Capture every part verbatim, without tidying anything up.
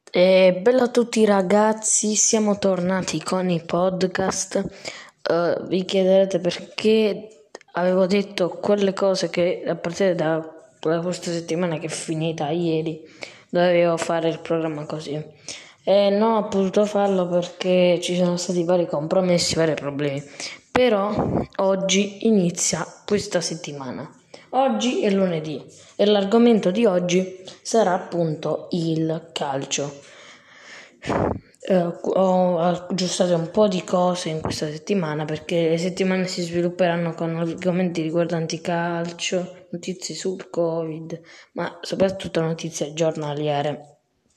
E bella a tutti ragazzi, siamo tornati con i podcast. Eh, vi chiederete perché avevo detto quelle cose che a partire da, da questa settimana che è finita ieri dovevo fare il programma così. E non ho potuto farlo perché ci sono stati vari compromessi, vari problemi. Però oggi inizia questa settimana. Oggi è lunedì e l'argomento di oggi sarà appunto il calcio. Eh, ho aggiustato un po' di cose in questa settimana perché le settimane si svilupperanno con argomenti riguardanti calcio, notizie sul Covid, ma soprattutto notizie giornaliere.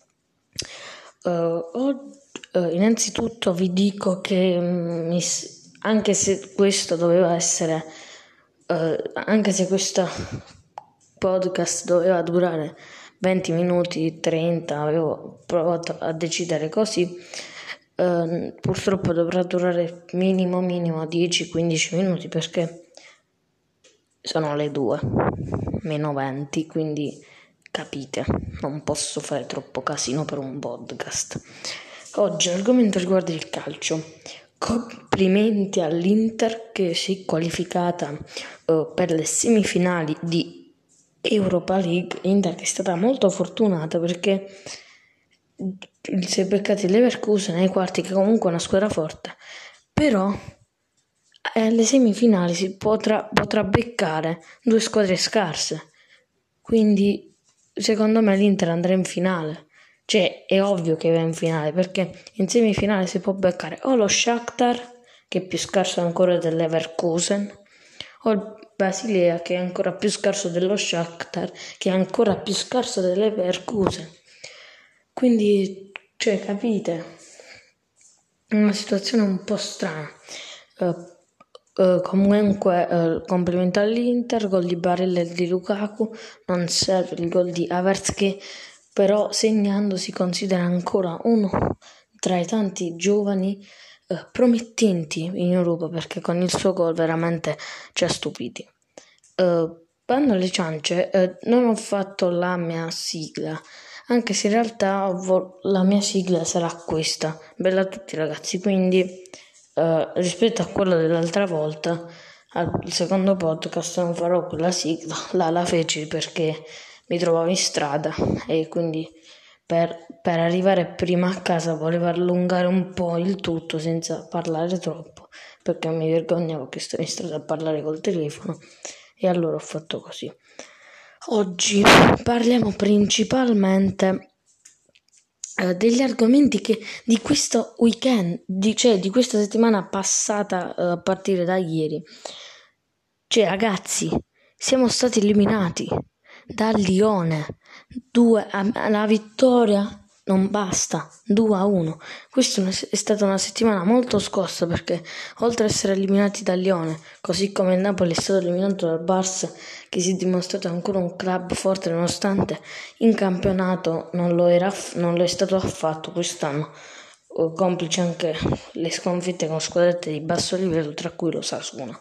Uh, ho- uh, innanzitutto vi dico che mm, mi s- anche se questo doveva essere, uh, anche se questo podcast doveva durare venti minuti, trenta, avevo provato a decidere così, uh, purtroppo dovrà durare minimo minimo dieci quindici minuti perché sono le due meno venti, quindi capite, non posso fare troppo casino per un podcast. Oggi l'argomento riguarda il calcio. Complimenti all'Inter che si è qualificata uh, per le semifinali di Europa League. Inter che è stata molto fortunata perché si è beccati il Leverkusen nei quarti, che comunque è una squadra forte, però alle semifinali si potrà, potrà beccare due squadre scarse, quindi secondo me l'Inter andrà in finale. Cioè è ovvio che va in finale perché in semifinale si può beccare o lo Shakhtar, che è più scarso ancora del Leverkusen, o il Basilea, che è ancora più scarso dello Shakhtar, che è ancora più scarso del Leverkusen. Quindi, cioè, capite? È una situazione un po' strana. Uh, Uh, comunque uh, complimenti all'Inter, gol di Barella e di Lukaku, non serve il gol di Havertz che però segnando si considera ancora uno tra i tanti giovani uh, promettenti in Europa perché con il suo gol veramente ci ha stupiti. Uh, Bando alle ciance, uh, non ho fatto la mia sigla, anche se in realtà vo- la mia sigla sarà questa. Bella a tutti ragazzi, quindi Uh, rispetto a quello dell'altra volta, al secondo podcast non farò quella sigla, là la feci perché mi trovavo in strada e quindi per, per arrivare prima a casa volevo allungare un po' il tutto senza parlare troppo perché mi vergognavo che stavo in strada a parlare col telefono e allora ho fatto così. Oggi parliamo principalmente Uh, degli argomenti che di questo weekend, di, cioè di questa settimana passata uh, a partire da ieri. Cioè ragazzi, siamo stati eliminati dal Lione, due a, la vittoria non basta, due a uno. Questa è stata una settimana molto scossa perché oltre ad essere eliminati dal Lione, così come il Napoli è stato eliminato dal Barça, che si è dimostrato ancora un club forte nonostante in campionato non lo, era, non lo è stato affatto quest'anno, complice anche le sconfitte con squadrette di basso livello, tra cui lo Sassuolo.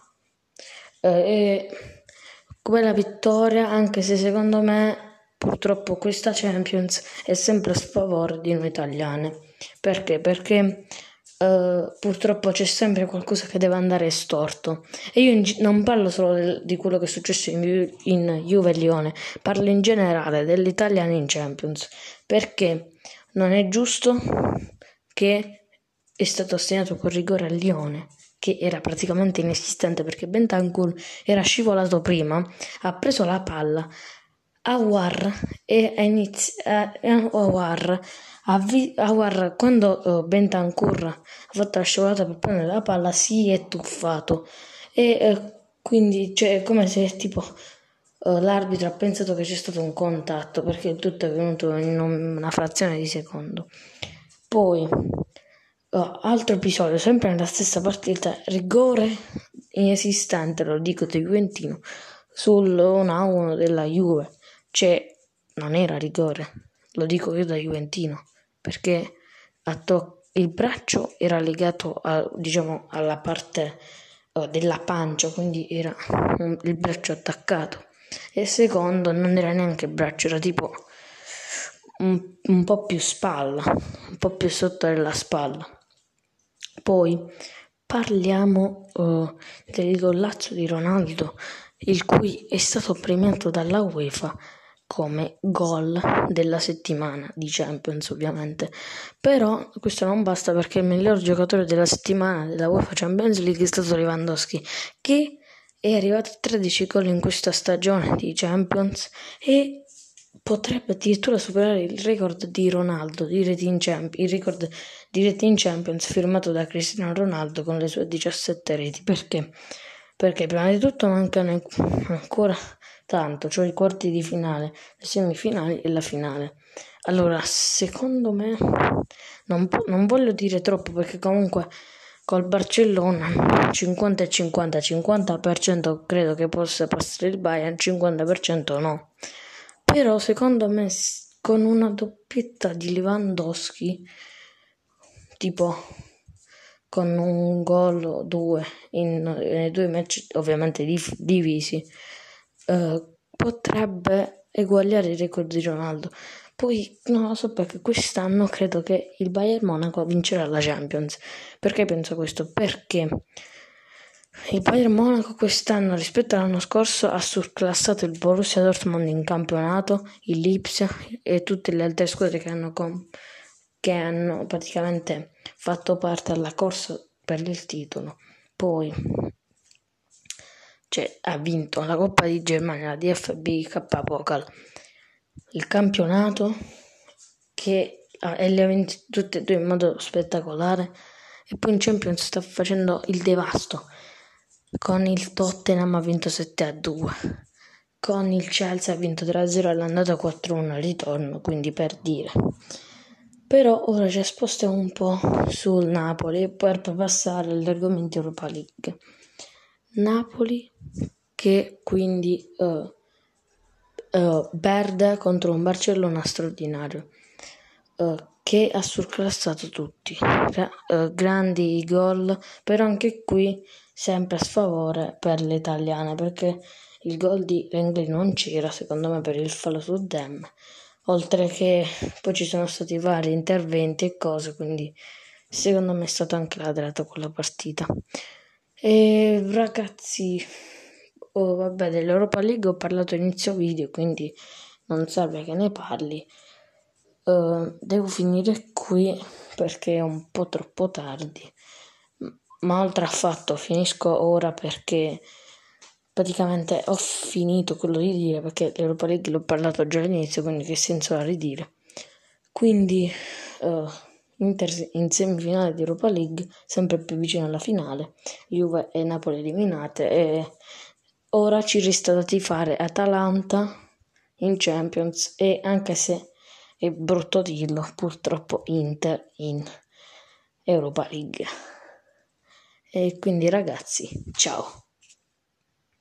Eh, quella vittoria, anche se secondo me purtroppo questa Champions è sempre a sfavore di noi italiane. Perché? Perché uh, purtroppo c'è sempre qualcosa che deve andare storto. E io in, non parlo solo del, di quello che è successo in, in Juve e Lione, parlo in generale degli italiani in Champions. Perché non è giusto che è stato assegnato con rigore al Lione, che era praticamente inesistente perché Bentancur era scivolato prima, ha preso la palla, Aouar e ha iniziato Aouar Aouar quando uh, Bentancur ha fatto la scivolata per prendere la palla si è tuffato e uh, quindi cioè, è come se tipo uh, l'arbitro ha pensato che c'è stato un contatto perché tutto è venuto in una frazione di secondo. Poi oh, altro episodio, sempre nella stessa partita, rigore inesistente, lo dico da Juventino, sull'uno a uno della Juve. Cioè, non era rigore, lo dico io da Juventino, perché to- il braccio era legato a, diciamo, alla parte uh, della pancia, quindi era um, il braccio attaccato. E secondo, non era neanche il braccio, era tipo un, un po' più spalla, un po' più sotto della spalla. Poi parliamo uh, del golazzo di Ronaldo, il cui è stato premiato dalla UEFA come gol della settimana di Champions, ovviamente. Però questo non basta, perché il miglior giocatore della settimana della UEFA Champions League è stato Lewandowski, che è arrivato a tredici gol in questa stagione di Champions e potrebbe addirittura superare il record di Ronaldo, di reti in Champions, il record di reti in Champions firmato da Cristiano Ronaldo con le sue diciassette reti. Perché? Perché prima di tutto mancano ancora tanto, cioè i quarti di finale, le semifinali e la finale. Allora, secondo me, non, non voglio dire troppo, perché comunque col Barcellona cinquanta e cinquanta, cinquanta per cento credo che possa passare il Bayern, cinquanta per cento no. Però secondo me con una doppietta di Lewandowski, tipo con un gol o due in, nei due match ovviamente div- divisi, eh, potrebbe eguagliare il record di Ronaldo. Poi non lo so, perché quest'anno credo che il Bayern Monaco vincerà la Champions. Perché penso questo? Perché il Bayern Monaco quest'anno rispetto all'anno scorso ha surclassato il Borussia Dortmund in campionato, il Lipsia e tutte le altre squadre che hanno, com- che hanno praticamente fatto parte alla corsa per il titolo. Poi cioè, ha vinto la Coppa di Germania, la D F B K Pokal, il campionato, che ah, e le ha vinte tutte e due in modo spettacolare, e poi in Champions sta facendo il devasto. Con il Tottenham ha vinto sette a due, con il Chelsea ha vinto tre a zero all'andata, quattro a uno al ritorno, quindi per dire. Però ora ci spostiamo un po' sul Napoli per passare agli argomenti Europa League. Napoli che quindi uh, uh, perde contro un Barcellona straordinario, uh, che ha surclassato tutti, uh, grandi gol, però anche qui sempre a sfavore per le italiane, perché il gol di Lenglet non c'era, secondo me, per il fallo su Dem, oltre che poi ci sono stati vari interventi e cose, quindi secondo me è stato anche ladrato quella partita. E ragazzi, oh, vabbè, dell'Europa League ho parlato inizio video, quindi non serve che ne parli. Uh, devo finire qui perché è un po' troppo tardi, ma oltre a fatto finisco ora perché praticamente ho finito quello di dire, perché l'Europa League l'ho parlato già all'inizio, quindi che senso ha ridire. Quindi uh, Inter in semifinale di Europa League, sempre più vicino alla finale, Juve e Napoli eliminate, e ora ci resta da tifare Atalanta in Champions, e anche se è brutto dirlo, purtroppo Inter in Europa League. E quindi ragazzi, ciao.